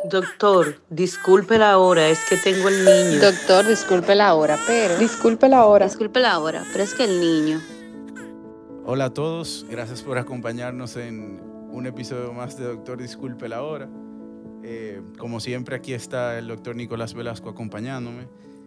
Doctor, disculpe la hora, es que tengo el niño. Doctor, disculpe la hora, pero... Disculpe la hora. Disculpe la hora, pero es que el niño... Hola a todos, gracias por acompañarnos en un episodio más de Doctor Disculpe la Hora. Como siempre, aquí está el doctor Nicolás Velasco acompañándome.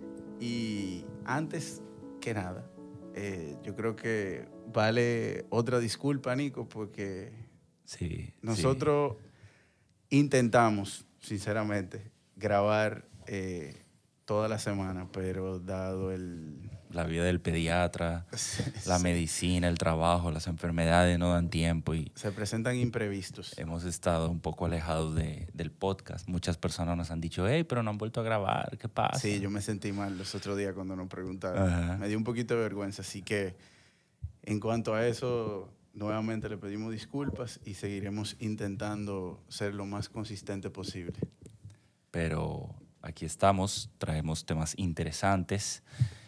Y antes que nada, yo creo que vale otra disculpa, Nico, porque nosotros intentamos, sinceramente, grabar toda la semana, pero dado la vida del pediatra, la medicina, el trabajo, las enfermedades no dan tiempo y se presentan imprevistos. Hemos estado un poco alejados del podcast. Muchas personas nos han dicho, hey, pero no han vuelto a grabar, ¿qué pasa? Sí, yo me sentí mal los otros días cuando nos preguntaron. Ajá. Me dio un poquito de vergüenza, así que en cuanto a eso, nuevamente le pedimos disculpas y seguiremos intentando ser lo más consistente posible. Pero aquí estamos, traemos temas interesantes.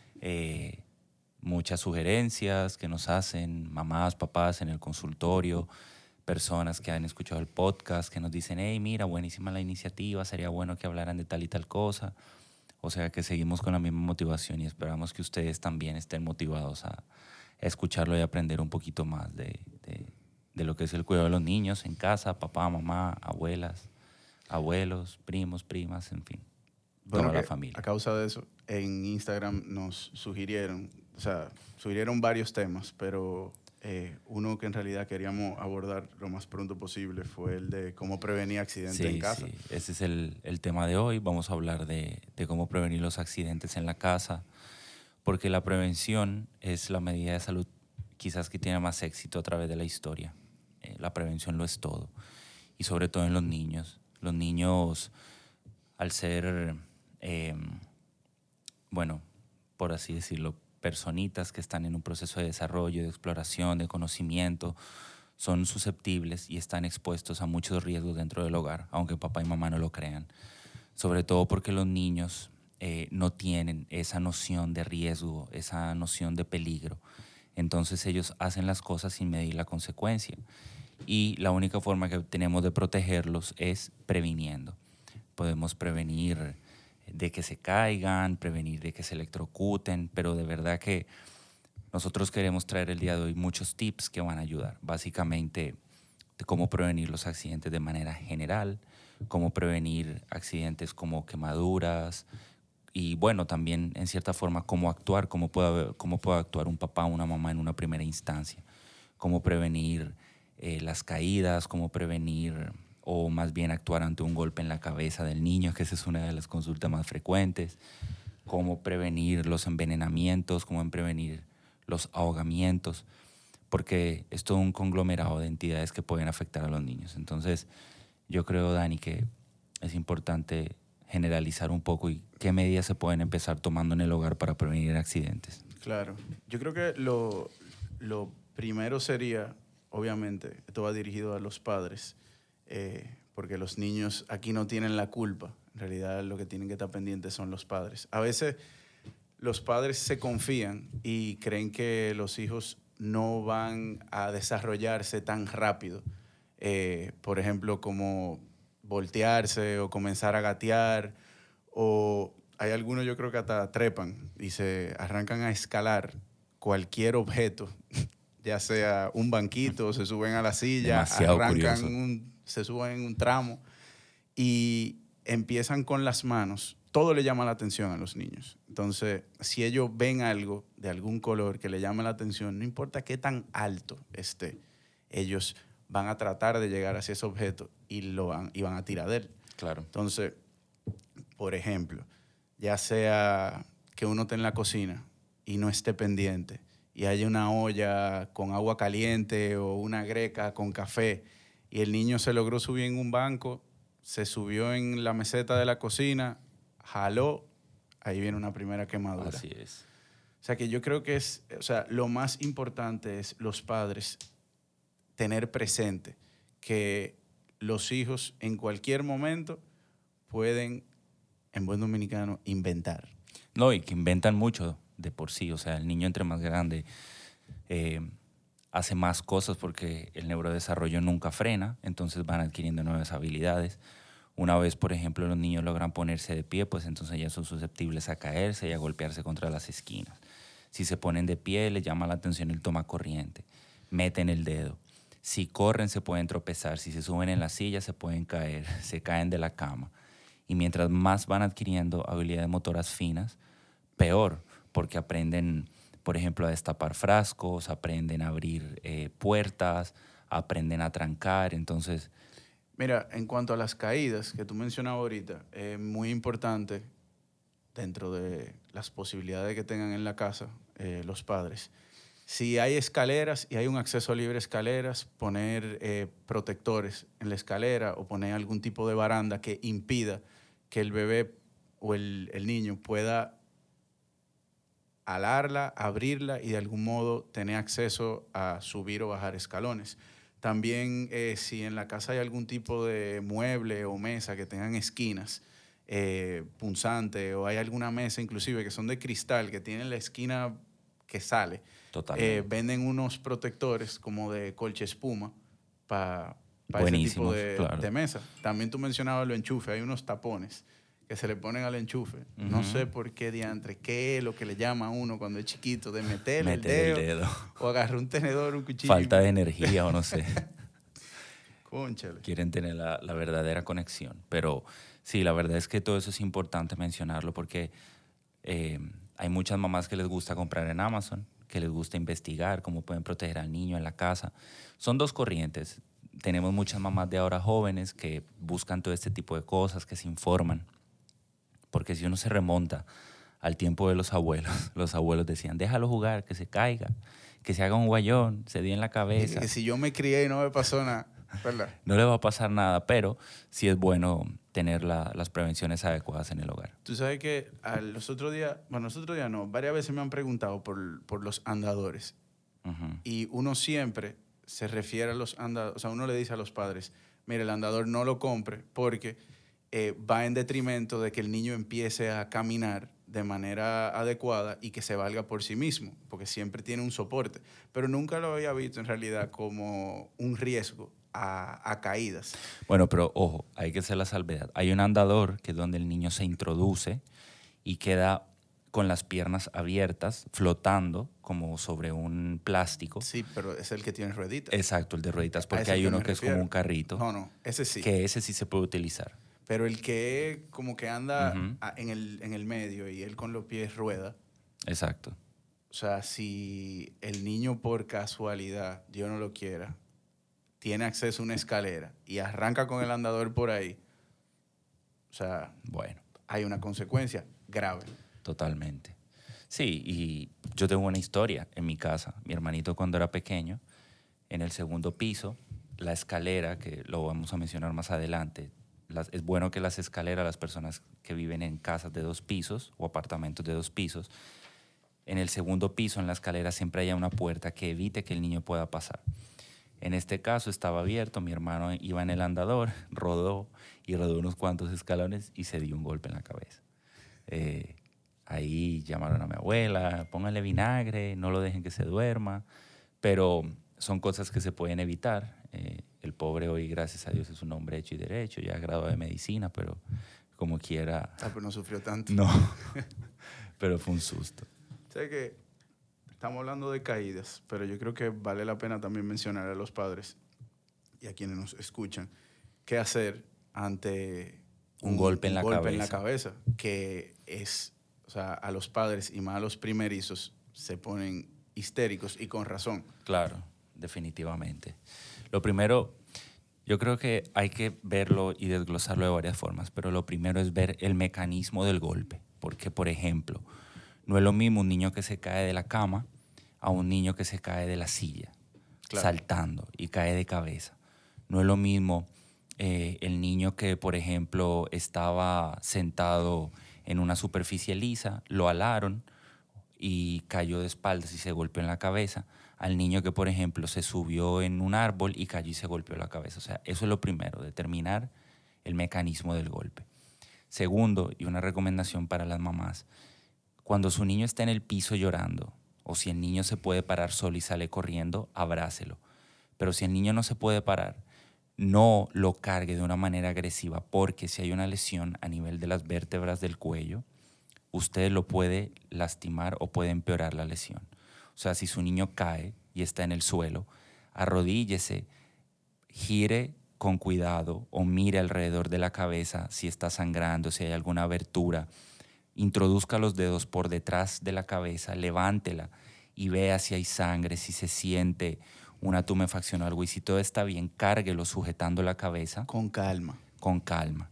Muchas sugerencias que nos hacen mamás, papás en el consultorio, personas que han escuchado el podcast, que nos dicen, hey, mira, buenísima la iniciativa, sería bueno que hablaran de tal y tal cosa. O sea que seguimos con la misma motivación y esperamos que ustedes también estén motivados a escucharlo y aprender un poquito más de lo que es el cuidado de los niños en casa, papá, mamá, abuelas, abuelos, primos, primas, en fin. Bueno, toda la familia. A causa de eso, en Instagram nos sugirieron varios temas, pero uno que en realidad queríamos abordar lo más pronto posible fue el de cómo prevenir accidentes en casa. Sí, ese es el tema de hoy. Vamos a hablar de cómo prevenir los accidentes en la casa, porque la prevención es la medida de salud quizás que tiene más éxito a través de la historia. La prevención lo es todo, y sobre todo en los niños. Los niños, al ser... por así decirlo, personitas que están en un proceso de desarrollo, de exploración, de conocimiento, son susceptibles y están expuestos a muchos riesgos dentro del hogar, aunque papá y mamá no lo crean. Sobre todo porque los niños no tienen esa noción de riesgo, esa noción de peligro. Entonces ellos hacen las cosas sin medir la consecuencia. Y la única forma que tenemos de protegerlos es previniendo. Podemos prevenir de que se caigan, prevenir de que se electrocuten, pero de verdad que nosotros queremos traer el día de hoy muchos tips que van a ayudar, básicamente de cómo prevenir los accidentes de manera general, cómo prevenir accidentes como quemaduras y bueno, también en cierta forma cómo actuar, cómo puede actuar un papá o una mamá en una primera instancia, cómo prevenir las caídas, cómo prevenir o más bien actuar ante un golpe en la cabeza del niño, que esa es una de las consultas más frecuentes, cómo prevenir los envenenamientos, cómo prevenir los ahogamientos, porque es todo un conglomerado de entidades que pueden afectar a los niños. Entonces, yo creo, Dani, que es importante generalizar un poco y qué medidas se pueden empezar tomando en el hogar para prevenir accidentes. Claro. Yo creo que lo primero sería, obviamente, esto va dirigido a los padres, porque los niños aquí no tienen la culpa. En realidad lo que tienen que estar pendientes son los padres. A veces los padres se confían y creen que los hijos no van a desarrollarse tan rápido. Por ejemplo, como voltearse o comenzar a gatear, o hay algunos yo creo que hasta trepan y se arrancan a escalar cualquier objeto, ya sea un banquito, se suben a la silla, Demasiado curioso. se suben en un tramo y empiezan con las manos. Todo le llama la atención a los niños. Entonces, si ellos ven algo de algún color que le llama la atención, no importa qué tan alto esté, ellos van a tratar de llegar hacia ese objeto y van a tirar de él. Claro. Entonces, por ejemplo, ya sea que uno esté en la cocina y no esté pendiente y haya una olla con agua caliente o una greca con café y el niño se logró subir en un banco, se subió en la meseta de la cocina, jaló, ahí viene una primera quemadura. Así es. O sea que yo creo que lo más importante es los padres tener presente que los hijos en cualquier momento pueden, en buen dominicano, inventar. No, y que inventan mucho de por sí. O sea, el niño entre más grande hace más cosas porque el neurodesarrollo nunca frena, entonces van adquiriendo nuevas habilidades. Una vez, por ejemplo, los niños logran ponerse de pie, pues entonces ya son susceptibles a caerse y a golpearse contra las esquinas. Si se ponen de pie, les llama la atención el toma corriente. Meten el dedo. Si corren, se pueden tropezar. Si se suben en la silla, se pueden caer. Se caen de la cama. Y mientras más van adquiriendo habilidades motoras finas, peor, porque aprenden, por ejemplo, a destapar frascos, aprenden a abrir puertas, aprenden a trancar. Entonces, Mira, en cuanto a las caídas que tú mencionabas ahorita, es muy importante dentro de las posibilidades que tengan en la casa los padres. Si hay escaleras y hay un acceso libre a escaleras, poner protectores en la escalera o poner algún tipo de baranda que impida que el bebé o el niño pueda alarla, abrirla y de algún modo tener acceso a subir o bajar escalones. También si en la casa hay algún tipo de mueble o mesa que tengan esquinas punzante o hay alguna mesa inclusive que son de cristal que tienen la esquina que sale, venden unos protectores como de colcha espuma para ese tipo de mesa. También tú mencionabas los enchufes, hay unos tapones que se le ponen al enchufe. No sé por qué diantre, qué es lo que le llama a uno cuando es chiquito, de meterle el dedo o agarrar un tenedor, un cuchillo. Falta de energía o no sé. Cónchale. Quieren tener la verdadera conexión. Pero sí, la verdad es que todo eso es importante mencionarlo porque hay muchas mamás que les gusta comprar en Amazon, que les gusta investigar cómo pueden proteger al niño en la casa. Son dos corrientes. Tenemos muchas mamás de ahora jóvenes que buscan todo este tipo de cosas, que se informan. Porque si uno se remonta al tiempo de los abuelos decían, déjalo jugar, que se caiga, que se haga un guayón, se dé en la cabeza. Que si yo me crié y no me pasó nada, ¿verdad? No le va a pasar nada, pero sí es bueno tener las prevenciones adecuadas en el hogar. Tú sabes que los otros días no, varias veces me han preguntado por los andadores. Uh-huh. Y uno siempre se refiere a los andadores, o sea, uno le dice a los padres, mire, el andador no lo compre porque va en detrimento de que el niño empiece a caminar de manera adecuada y que se valga por sí mismo, porque siempre tiene un soporte. Pero nunca lo había visto en realidad como un riesgo a caídas. Bueno, pero ojo, hay que hacer la salvedad. Hay un andador que es donde el niño se introduce y queda con las piernas abiertas, flotando como sobre un plástico. Sí, pero es el que tiene rueditas. Exacto, el de rueditas, porque hay uno que es como un carrito. No, ese sí. Que ese sí se puede utilizar. Pero el que como que anda en el medio y él con los pies rueda. Exacto. O sea, si el niño por casualidad, Dios no lo quiera, tiene acceso a una escalera y arranca con el andador por ahí, o sea, bueno, hay una consecuencia grave. Totalmente. Sí, y yo tengo una historia en mi casa. Mi hermanito cuando era pequeño, en el segundo piso, la escalera, que lo vamos a mencionar más adelante, es bueno que las escaleras, las personas que viven en casas de 2 pisos o apartamentos de 2 pisos, en el segundo piso, en la escalera, siempre haya una puerta que evite que el niño pueda pasar. En este caso estaba abierto, mi hermano iba en el andador, rodó unos cuantos escalones y se dio un golpe en la cabeza. Ahí llamaron a mi abuela, pónganle vinagre, no lo dejen que se duerma, pero son cosas que se pueden evitar. El pobre hoy, gracias a Dios, es un hombre hecho y derecho, ya graduado de medicina, pero como quiera... pero no sufrió tanto. No, pero fue un susto. Sé que estamos hablando de caídas, pero yo creo que vale la pena también mencionar a los padres y a quienes nos escuchan qué hacer ante un golpe en la cabeza, que es, o sea, a los padres y más a los primerizos se ponen histéricos y con razón. Claro, definitivamente. Lo primero, yo creo que hay que verlo y desglosarlo de varias formas, pero lo primero es ver el mecanismo del golpe, porque, por ejemplo, no es lo mismo un niño que se cae de la cama a un niño que se cae de la silla, saltando y cae de cabeza. No es lo mismo el niño que, por ejemplo, estaba sentado en una superficie lisa, lo alaron y cayó de espaldas y se golpeó en la cabeza, al niño que, por ejemplo, se subió en un árbol y cayó y se golpeó la cabeza. O sea, eso es lo primero, determinar el mecanismo del golpe. Segundo, y una recomendación para las mamás, cuando su niño está en el piso llorando, o si el niño se puede parar solo y sale corriendo, abrácelo. Pero si el niño no se puede parar, no lo cargue de una manera agresiva, porque si hay una lesión a nivel de las vértebras del cuello, usted lo puede lastimar o puede empeorar la lesión. O sea, si su niño cae y está en el suelo, arrodíllese, gire con cuidado o mire alrededor de la cabeza si está sangrando, si hay alguna abertura. Introduzca los dedos por detrás de la cabeza, levántela y vea si hay sangre, si se siente una tumefacción o algo. Y si todo está bien, cárguelo sujetando la cabeza. Con calma. Con calma.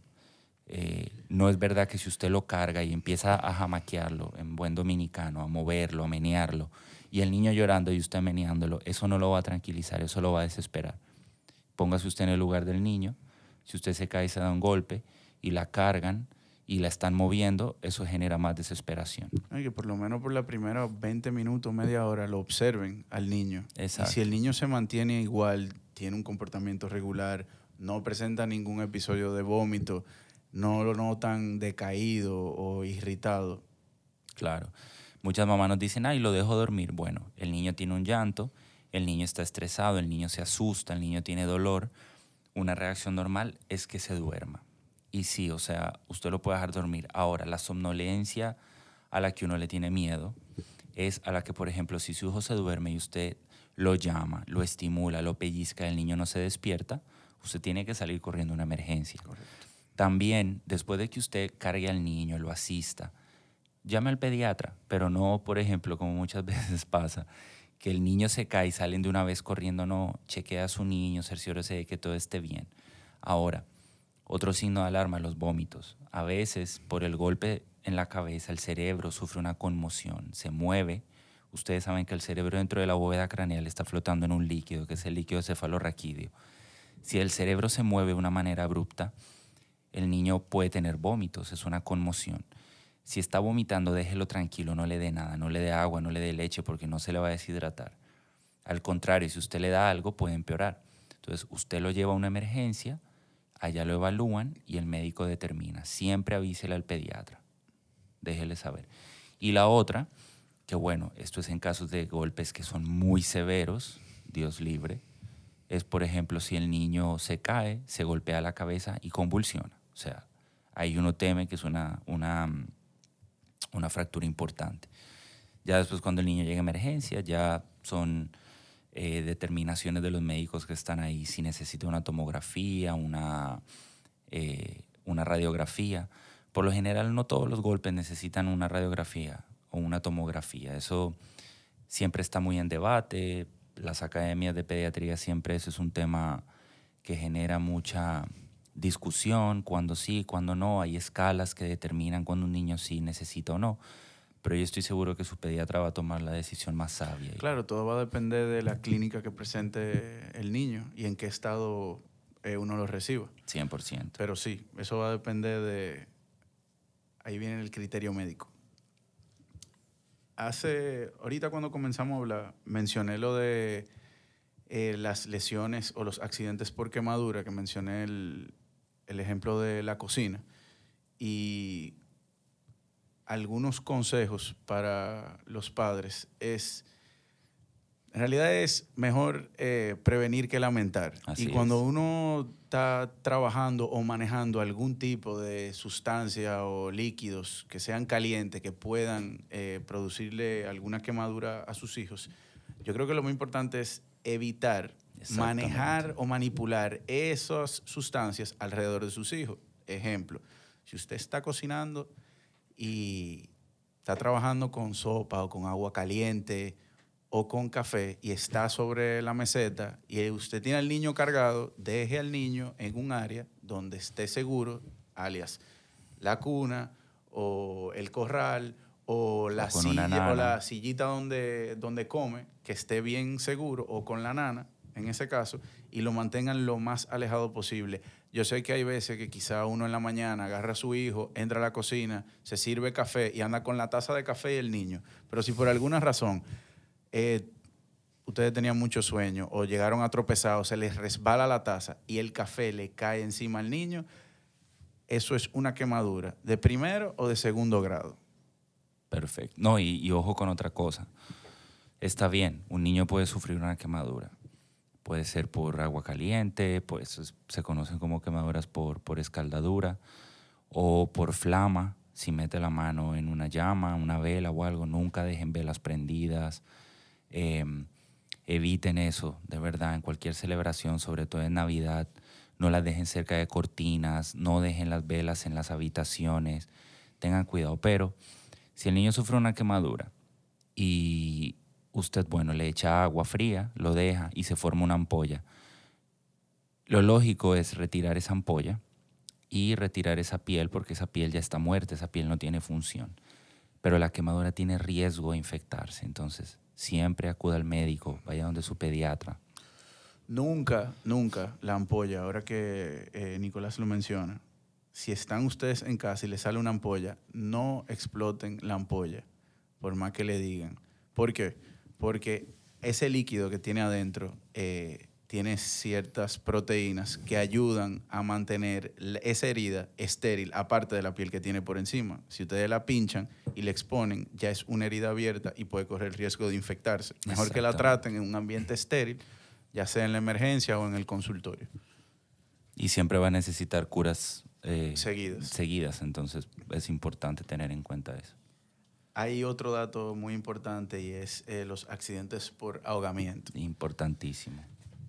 No es verdad que si usted lo carga y empieza a jamaquearlo en buen dominicano, a moverlo, a menearlo, y el niño llorando y usted meneándolo, eso no lo va a tranquilizar, eso lo va a desesperar. Póngase usted en el lugar del niño. Si usted se cae y se da un golpe y la cargan y la están moviendo, eso genera más desesperación. Ay, que por lo menos por la primera 20 minutos, media hora, lo observen al niño. Exacto. Y si el niño se mantiene igual, tiene un comportamiento regular, no presenta ningún episodio de vómito, no lo notan decaído o irritado. Claro. Muchas mamás nos dicen, ay, lo dejo dormir. Bueno, el niño tiene un llanto, el niño está estresado, el niño se asusta, el niño tiene dolor. Una reacción normal es que se duerma. Y sí, o sea, usted lo puede dejar dormir. Ahora, la somnolencia a la que uno le tiene miedo es a la que, por ejemplo, si su hijo se duerme y usted lo llama, lo estimula, lo pellizca, el niño no se despierta, usted tiene que salir corriendo a una emergencia. Correcto. También, después de que usted cargue al niño, lo asista, llame al pediatra, pero no, por ejemplo, como muchas veces pasa, que el niño se cae y salen de una vez corriendo. No, chequea a su niño, cerciórese de que todo esté bien. Ahora, otro signo de alarma, los vómitos. A veces, por el golpe en la cabeza, el cerebro sufre una conmoción, se mueve. Ustedes saben que el cerebro dentro de la bóveda craneal está flotando en un líquido, que es el líquido cefalorraquídeo. Si el cerebro se mueve de una manera abrupta, el niño puede tener vómitos, es una conmoción. Si está vomitando, déjelo tranquilo, no le dé nada, no le dé agua, no le dé leche, porque no se le va a deshidratar. Al contrario, si usted le da algo, puede empeorar. Entonces, usted lo lleva a una emergencia, allá lo evalúan y el médico determina. Siempre avísele al pediatra, déjele saber. Y la otra, que bueno, esto es en casos de golpes que son muy severos, Dios libre, es, por ejemplo, si el niño se cae, se golpea la cabeza y convulsiona. O sea, ahí uno teme que es una fractura importante. Ya después, cuando el niño llega a emergencia, ya son determinaciones de los médicos que están ahí, si necesita una tomografía, una radiografía. Por lo general, no todos los golpes necesitan una radiografía o una tomografía. Eso siempre está muy en debate. Las academias de pediatría siempre eso es un tema que genera mucha discusión, cuando sí, cuando no. Hay escalas que determinan cuando un niño sí necesita o no. Pero yo estoy seguro que su pediatra va a tomar la decisión más sabia. Claro, todo va a depender de la clínica que presente el niño y en qué estado uno lo reciba. 100%. Pero sí, eso va a depender de... Ahí viene el criterio médico. Ahorita cuando comenzamos a hablar, mencioné lo de las lesiones o los accidentes por quemadura, que mencioné el ejemplo de la cocina. Y algunos consejos para los padres es, en realidad es mejor prevenir que lamentar. Así y cuando es. uno está trabajando o manejando algún tipo de sustancia o líquidos que sean calientes, que puedan producirle alguna quemadura a sus hijos, yo creo que lo muy importante es evitar manejar o manipular esas sustancias alrededor de sus hijos. Ejemplo, si usted está cocinando y está trabajando con sopa o con agua caliente o con café y está sobre la meseta y usted tiene al niño cargado, deje al niño en un área donde esté seguro, alias la cuna o el corral o la silla o la sillita donde come, que esté bien seguro, o con la nana en ese caso, y lo mantengan lo más alejado posible. Yo sé que hay veces que quizá uno en la mañana agarra a su hijo, entra a la cocina, se sirve café y anda con la taza de café y el niño. Pero si por alguna razón ustedes tenían mucho sueño o llegaron a tropezar o se les resbala la taza y el café le cae encima al niño, eso es una quemadura de primero o de segundo grado. Perfecto. No, y ojo con otra cosa. Está bien, un niño puede sufrir una quemadura, Puede ser por agua caliente, pues se conocen como quemaduras por escaldadura o por flama. Si mete la mano en una llama, una vela o algo, nunca dejen velas prendidas. Eviten eso, de verdad, en cualquier celebración, sobre todo en Navidad. No las dejen cerca de cortinas, no dejen las velas en las habitaciones. Tengan cuidado. Pero si el niño sufre una quemadura y usted, bueno, le echa agua fría, lo deja y se forma una ampolla, lo lógico es retirar esa ampolla y retirar esa piel, porque esa piel ya está muerta, esa piel no tiene función. Pero la quemadura tiene riesgo de infectarse, entonces siempre acuda al médico, vaya donde su pediatra. Nunca, nunca la ampolla, ahora que Nicolás lo menciona, si están ustedes en casa y les sale una ampolla, no exploten la ampolla, por más que le digan. ¿Por qué? Porque ese líquido que tiene adentro tiene ciertas proteínas que ayudan a mantener esa herida estéril, aparte de la piel que tiene por encima. Si ustedes la pinchan y le exponen, ya es una herida abierta y puede correr el riesgo de infectarse. Mejor que la traten en un ambiente estéril, ya sea en la emergencia o en el consultorio. Y siempre va a necesitar curas seguidas. Entonces es importante tener en cuenta eso. Hay otro dato muy importante y es los accidentes por ahogamiento. Importantísimo.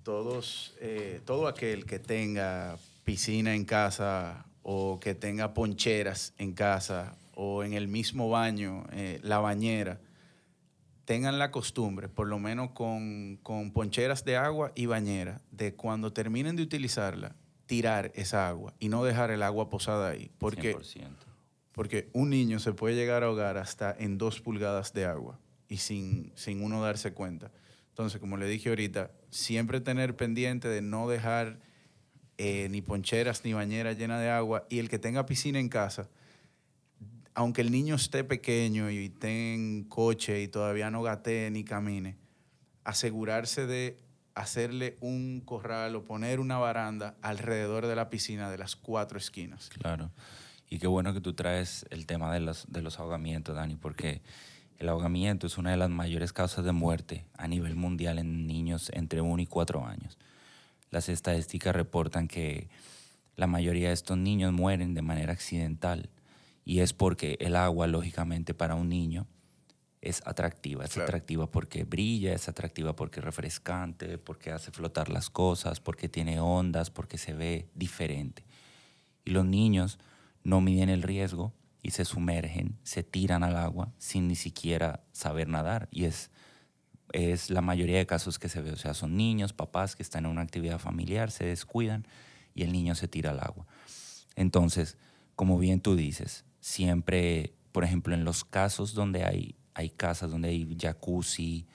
Todo aquel que tenga piscina en casa o que tenga poncheras en casa o en el mismo baño, la bañera, tengan la costumbre, por lo menos con poncheras de agua y bañera, de cuando terminen de utilizarla, tirar esa agua y no dejar el agua posada ahí. 100%. Porque un niño se puede llegar a ahogar hasta en 2 pulgadas de agua y sin uno darse cuenta. Entonces, como le dije ahorita, siempre tener pendiente de no dejar ni poncheras ni bañeras llenas de agua, y el que tenga piscina en casa, aunque el niño esté pequeño y esté en coche y todavía no gatee ni camine, asegurarse de hacerle un corral o poner una baranda alrededor de la piscina de las 4 esquinas. Claro. Y qué bueno que tú traes el tema de los ahogamientos, Dani, porque el ahogamiento es una de las mayores causas de muerte a nivel mundial en niños entre 1 y 4 años. Las estadísticas reportan que la mayoría de estos niños mueren de manera accidental, y es porque el agua, lógicamente, para un niño es atractiva. Es Claro. atractiva porque brilla, es atractiva porque es refrescante, porque hace flotar las cosas, porque tiene ondas, porque se ve diferente. Y los niños no miden el riesgo y se sumergen, se tiran al agua sin ni siquiera saber nadar. Y es la mayoría de casos que se ve. O sea, son niños, papás que están en una actividad familiar, se descuidan y el niño se tira al agua. Entonces, como bien tú dices, siempre, por ejemplo, en los casos donde hay casas, donde hay jacuzzi,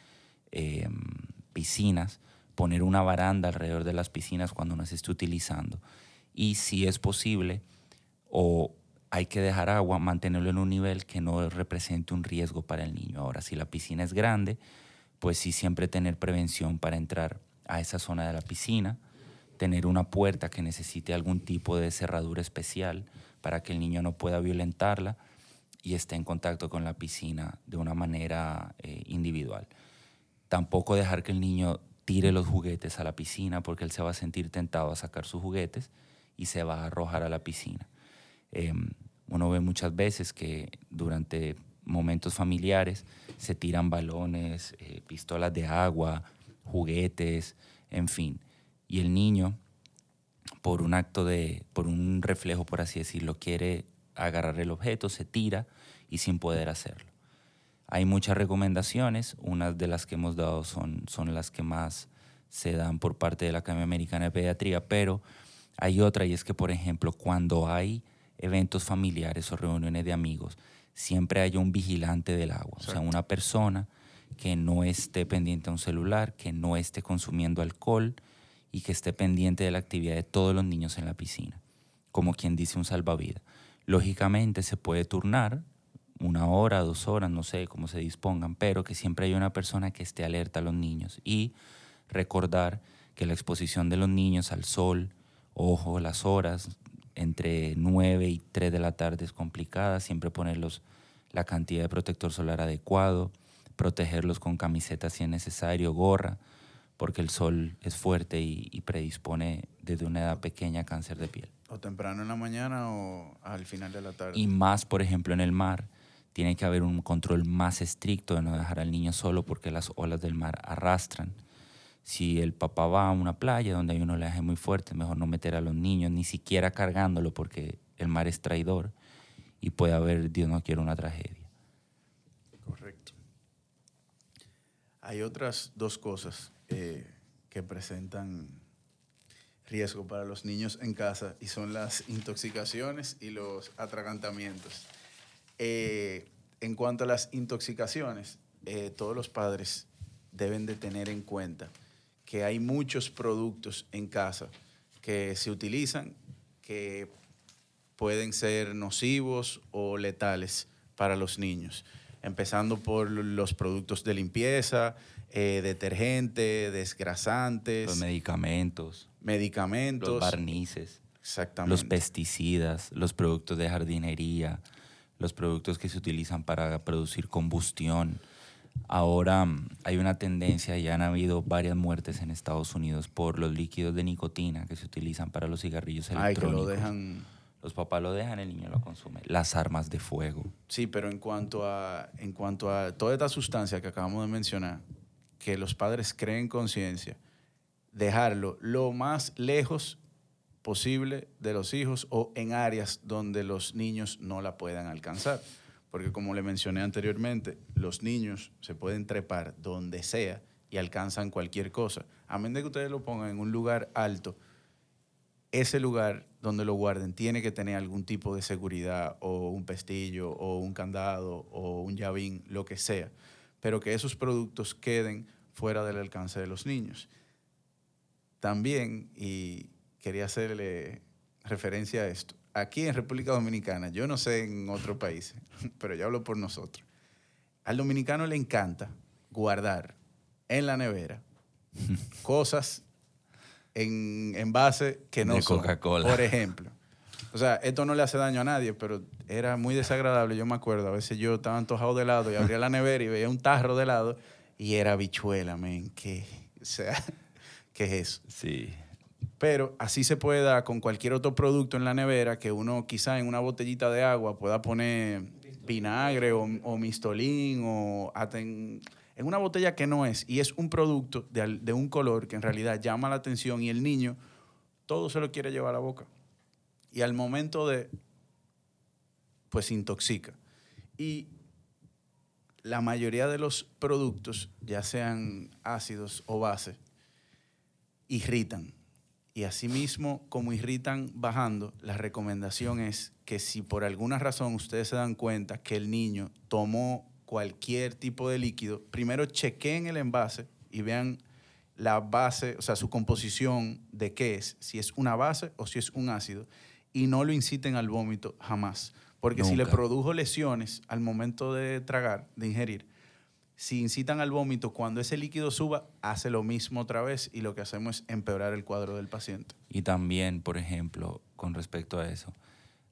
piscinas, poner una baranda alrededor de las piscinas cuando no se esté utilizando. Y si es posible, o hay que dejar agua, mantenerlo en un nivel que no represente un riesgo para el niño. Ahora, si la piscina es grande, pues sí, siempre tener prevención para entrar a esa zona de la piscina, tener una puerta que necesite algún tipo de cerradura especial para que el niño no pueda violentarla y esté en contacto con la piscina de una manera individual. Tampoco dejar que el niño tire los juguetes a la piscina, porque él se va a sentir tentado a sacar sus juguetes y se va a arrojar a la piscina. Uno ve muchas veces que durante momentos familiares se tiran balones, pistolas de agua, juguetes, en fin. Y el niño, por un reflejo, por así decirlo, quiere agarrar el objeto, se tira y sin poder hacerlo. Hay muchas recomendaciones, unas de las que hemos dado son las que más se dan por parte de la Academia Americana de Pediatría, pero hay otra, y es que, por ejemplo, cuando hay eventos familiares o reuniones de amigos, siempre haya un vigilante del agua. Exacto. O sea, una persona que no esté pendiente a un celular, que no esté consumiendo alcohol y que esté pendiente de la actividad de todos los niños en la piscina, como quien dice un salvavidas. Lógicamente se puede turnar 1 hora, 2 horas, no sé cómo se dispongan, pero que siempre haya una persona que esté alerta a los niños, y recordar que la exposición de los niños al sol, ojo, las horas entre 9 y 3 de la tarde es complicada, siempre ponerlos la cantidad de protector solar adecuado, protegerlos con camiseta si es necesario, gorra, porque el sol es fuerte y predispone desde una edad pequeña a cáncer de piel. O temprano en la mañana o al final de la tarde. Y más, por ejemplo, en el mar, tiene que haber un control más estricto de no dejar al niño solo porque las olas del mar arrastran. Si el papá va a una playa donde hay un oleaje muy fuerte, es mejor no meter a los niños, ni siquiera cargándolo porque el mar es traidor y puede haber, Dios no quiera, una tragedia. Correcto. Hay otras dos cosas que presentan riesgo para los niños en casa y son las intoxicaciones y los atragantamientos. En cuanto a las intoxicaciones, todos los padres deben de tener en cuenta que hay muchos productos en casa que se utilizan que pueden ser nocivos o letales para los niños, empezando por los productos de limpieza, detergente, desgrasantes, Los medicamentos, los barnices, exactamente, los pesticidas, los productos de jardinería, los productos que se utilizan para producir combustión. Ahora hay una tendencia, ya han habido varias muertes en Estados Unidos por los líquidos de nicotina que se utilizan para los cigarrillos electrónicos. Que lo dejan. Los papás lo dejan, el niño lo consume. Las armas de fuego. Sí, pero en cuanto a toda esta sustancia que acabamos de mencionar, que los padres creen conciencia, dejarlo lo más lejos posible de los hijos o en áreas donde los niños no la puedan alcanzar. Porque como le mencioné anteriormente, los niños se pueden trepar donde sea y alcanzan cualquier cosa. A menos de que ustedes lo pongan en un lugar alto, ese lugar donde lo guarden tiene que tener algún tipo de seguridad o un pestillo o un candado o un llavín, lo que sea. Pero que esos productos queden fuera del alcance de los niños. También, y quería hacerle referencia a esto, aquí en República Dominicana, yo no sé en otros países, pero yo hablo por nosotros, al dominicano le encanta guardar en la nevera cosas en envase que no de son. Coca-Cola. Por ejemplo. O sea, esto no le hace daño a nadie, pero era muy desagradable. Yo me acuerdo, a veces yo estaba antojado de helado y abría la nevera y veía un tarro de helado y era habichuela, men. O sea, ¿qué es eso? Sí. Pero así se puede dar con cualquier otro producto en la nevera que uno quizá en una botellita de agua pueda poner vinagre o mistolín o hasta en una botella que no es. Y es un producto de un color que en realidad llama la atención y el niño todo se lo quiere llevar a la boca. Y al momento pues se intoxica. Y la mayoría de los productos, ya sean ácidos o bases, irritan. Y asimismo, como irritan bajando, la recomendación es que si por alguna razón ustedes se dan cuenta que el niño tomó cualquier tipo de líquido, primero chequeen el envase y vean la base, o sea, su composición de qué es, si es una base o si es un ácido, y no lo inciten al vómito jamás. Porque Nunca. si le produjo lesiones al momento de tragar, de ingerir, si incitan al vómito, cuando ese líquido suba, hace lo mismo otra vez y lo que hacemos es empeorar el cuadro del paciente. Y también, por ejemplo, con respecto a eso,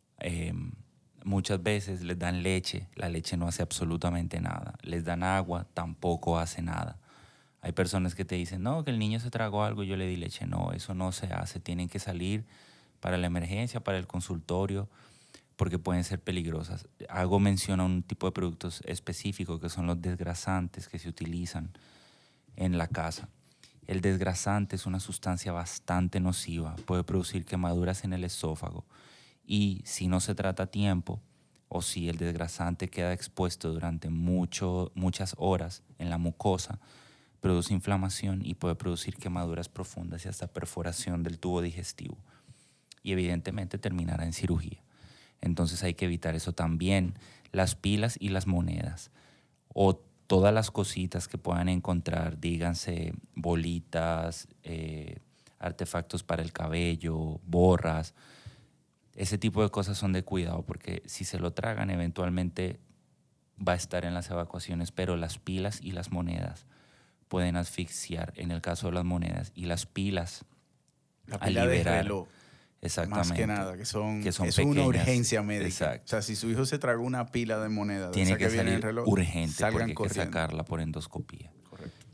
muchas veces les dan leche, la leche no hace absolutamente nada. Les dan agua, tampoco hace nada. Hay personas que te dicen, no, que el niño se tragó algo y yo le di leche. No, eso no se hace. Tienen que salir para la emergencia, para el consultorio, porque pueden ser peligrosas. Hago mención a un tipo de productos específicos que son los desgrasantes que se utilizan en la casa. El desgrasante es una sustancia bastante nociva, puede producir quemaduras en el esófago y si no se trata a tiempo o si el desgrasante queda expuesto durante muchas horas en la mucosa, produce inflamación y puede producir quemaduras profundas y hasta perforación del tubo digestivo. Y evidentemente terminará en cirugía. Entonces hay que evitar eso también. Las pilas y las monedas o todas las cositas que puedan encontrar, díganse bolitas, artefactos para el cabello, borras. Ese tipo de cosas son de cuidado porque si se lo tragan eventualmente va a estar en las evacuaciones, pero las pilas y las monedas pueden asfixiar en el caso de las monedas y las pilas la pila de reloj. Exactamente. Más que nada, que son es pequeñas, una urgencia médica. Exacto. O sea, si su hijo se tragó una pila de moneda, tiene que viene salir el reloj, urgente salgan porque hay que corriendo. sacarla por endoscopía. Correcto.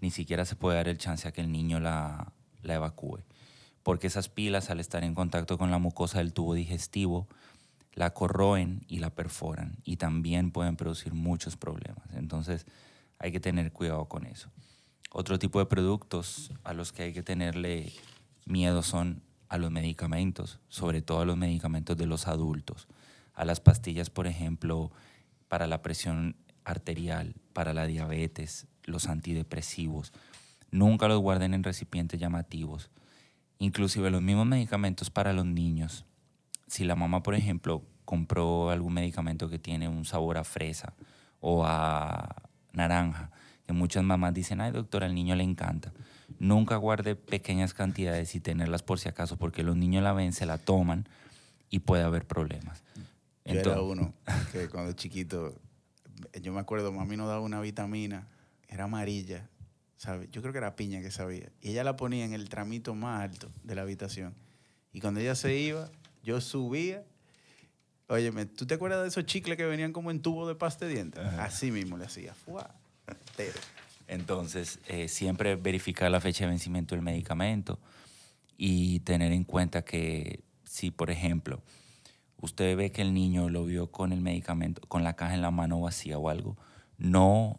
ni siquiera se puede dar el chance a que el niño la evacúe. Porque esas pilas, al estar en contacto con la mucosa del tubo digestivo, la corroen y la perforan y también pueden producir muchos problemas. Entonces hay que tener cuidado con eso. Otro tipo de productos a los que hay que tenerle miedo son a los medicamentos, sobre todo a los medicamentos de los adultos, a las pastillas, por ejemplo, para la presión arterial, para la diabetes, los antidepresivos. Nunca los guarden en recipientes llamativos. Inclusive los mismos medicamentos para los niños. Si la mamá, por ejemplo, compró algún medicamento que tiene un sabor a fresa o a naranja, que muchas mamás dicen, ay doctora, al niño le encanta. Nunca guarde pequeñas cantidades y tenerlas por si acaso, porque los niños la ven, se la toman y puede haber problemas. Yo era uno que cuando chiquito, yo me acuerdo, mami nos daba una vitamina, era amarilla, ¿sabe? Yo creo que era piña que sabía. Y ella la ponía en el tramito más alto de la habitación. Y cuando ella se iba, yo subía. Óyeme, ¿tú te acuerdas de esos chicles que venían como en tubo de pasta de dientes? Ajá. Así mismo le hacía. ¡Fua! Entero. Entonces, siempre verificar la fecha de vencimiento del medicamento y tener en cuenta que si, por ejemplo, usted ve que el niño lo vio con el medicamento, con la caja en la mano vacía o algo, no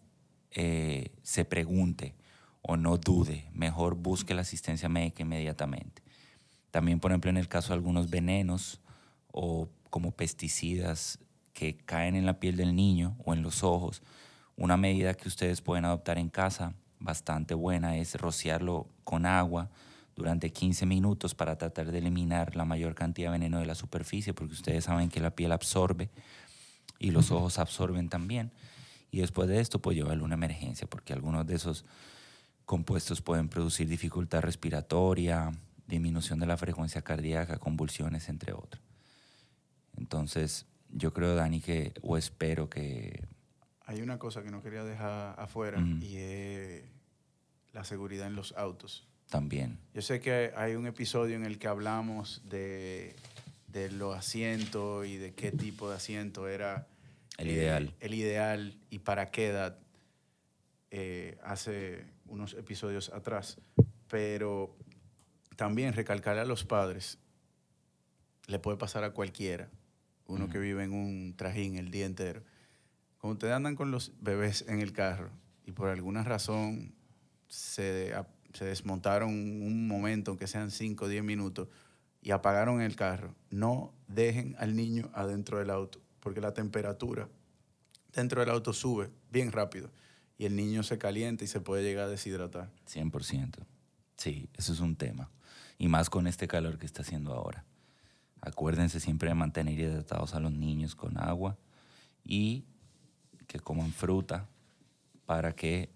se pregunte o no dude, mejor busque la asistencia médica inmediatamente. También, por ejemplo, en el caso de algunos venenos o como pesticidas que caen en la piel del niño o en los ojos, una medida que ustedes pueden adoptar en casa bastante buena es rociarlo con agua durante 15 minutos para tratar de eliminar la mayor cantidad de veneno de la superficie, porque ustedes saben que la piel absorbe y los ojos absorben también. Y después de esto, pues llevarlo a una emergencia, porque algunos de esos compuestos pueden producir dificultad respiratoria, disminución de la frecuencia cardíaca, convulsiones, entre otros. Entonces, yo creo, Dani, o espero que... Hay una cosa que no quería dejar afuera y es la seguridad en los autos. También. Yo sé que hay un episodio en el que hablamos de los asientos y de qué tipo de asiento era el ideal. El ideal y para qué edad hace unos episodios atrás. Pero también recalcarle a los padres, le puede pasar a cualquiera, uno que vive en un trajín el día entero. Cuando ustedes andan con los bebés en el carro y por alguna razón se desmontaron un momento, aunque sean 5 o 10 minutos, y apagaron el carro, no dejen al niño adentro del auto, porque la temperatura dentro del auto sube bien rápido y el niño se calienta y se puede llegar a deshidratar. 100%. Sí, eso es un tema. Y más con este calor que está haciendo ahora. Acuérdense siempre de mantener hidratados a los niños con agua y que coman fruta para que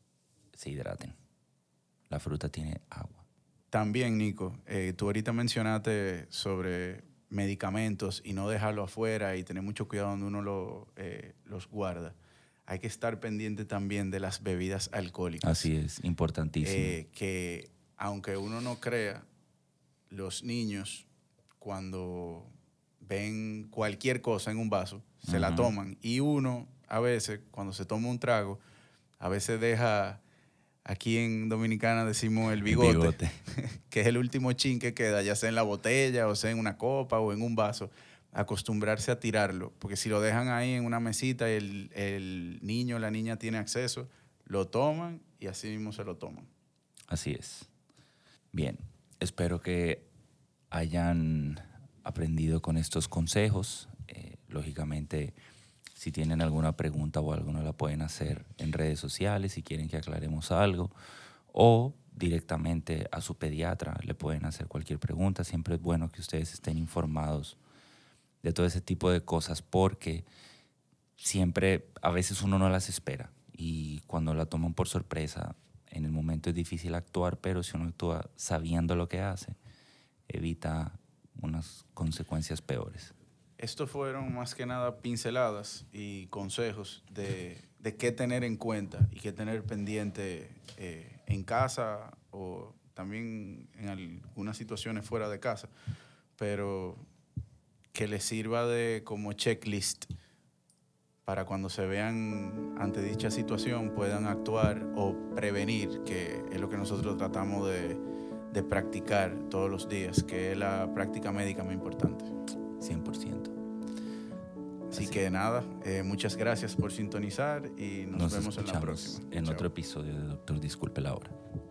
se hidraten. La fruta tiene agua. También, Nico, tú ahorita mencionaste sobre medicamentos y no dejarlo afuera y tener mucho cuidado donde uno los guarda. Hay que estar pendiente también de las bebidas alcohólicas. Así es, importantísimo. Que aunque uno no crea, los niños cuando ven cualquier cosa en un vaso, se la toman. Y uno, a veces, cuando se toma un trago, a veces deja, aquí en Dominicana decimos el bigote. Que es el último chin que queda, ya sea en la botella, o sea en una copa o en un vaso. Acostumbrarse a tirarlo, porque si lo dejan ahí en una mesita y el niño o la niña tiene acceso, lo toman y así mismo se lo toman. Así es. Bien, espero que hayan aprendido con estos consejos. Lógicamente, si tienen alguna pregunta o algo, nos la pueden hacer en redes sociales si quieren que aclaremos algo, o directamente a su pediatra le pueden hacer cualquier pregunta. Siempre es bueno que ustedes estén informados de todo ese tipo de cosas, porque siempre, a veces uno no las espera y cuando la toman por sorpresa, en el momento es difícil actuar, pero si uno actúa sabiendo lo que hace, evita unas consecuencias peores. Estos fueron más que nada pinceladas y consejos de qué tener en cuenta y qué tener pendiente en casa o también en algunas situaciones fuera de casa, pero que les sirva de como checklist para cuando se vean ante dicha situación puedan actuar o prevenir, que es lo que nosotros tratamos de practicar todos los días, que es la práctica médica más importante. 100%. Así que nada, muchas gracias por sintonizar y nos vemos en la próxima. En Chao. otro episodio de Doctor Disculpe la Hora.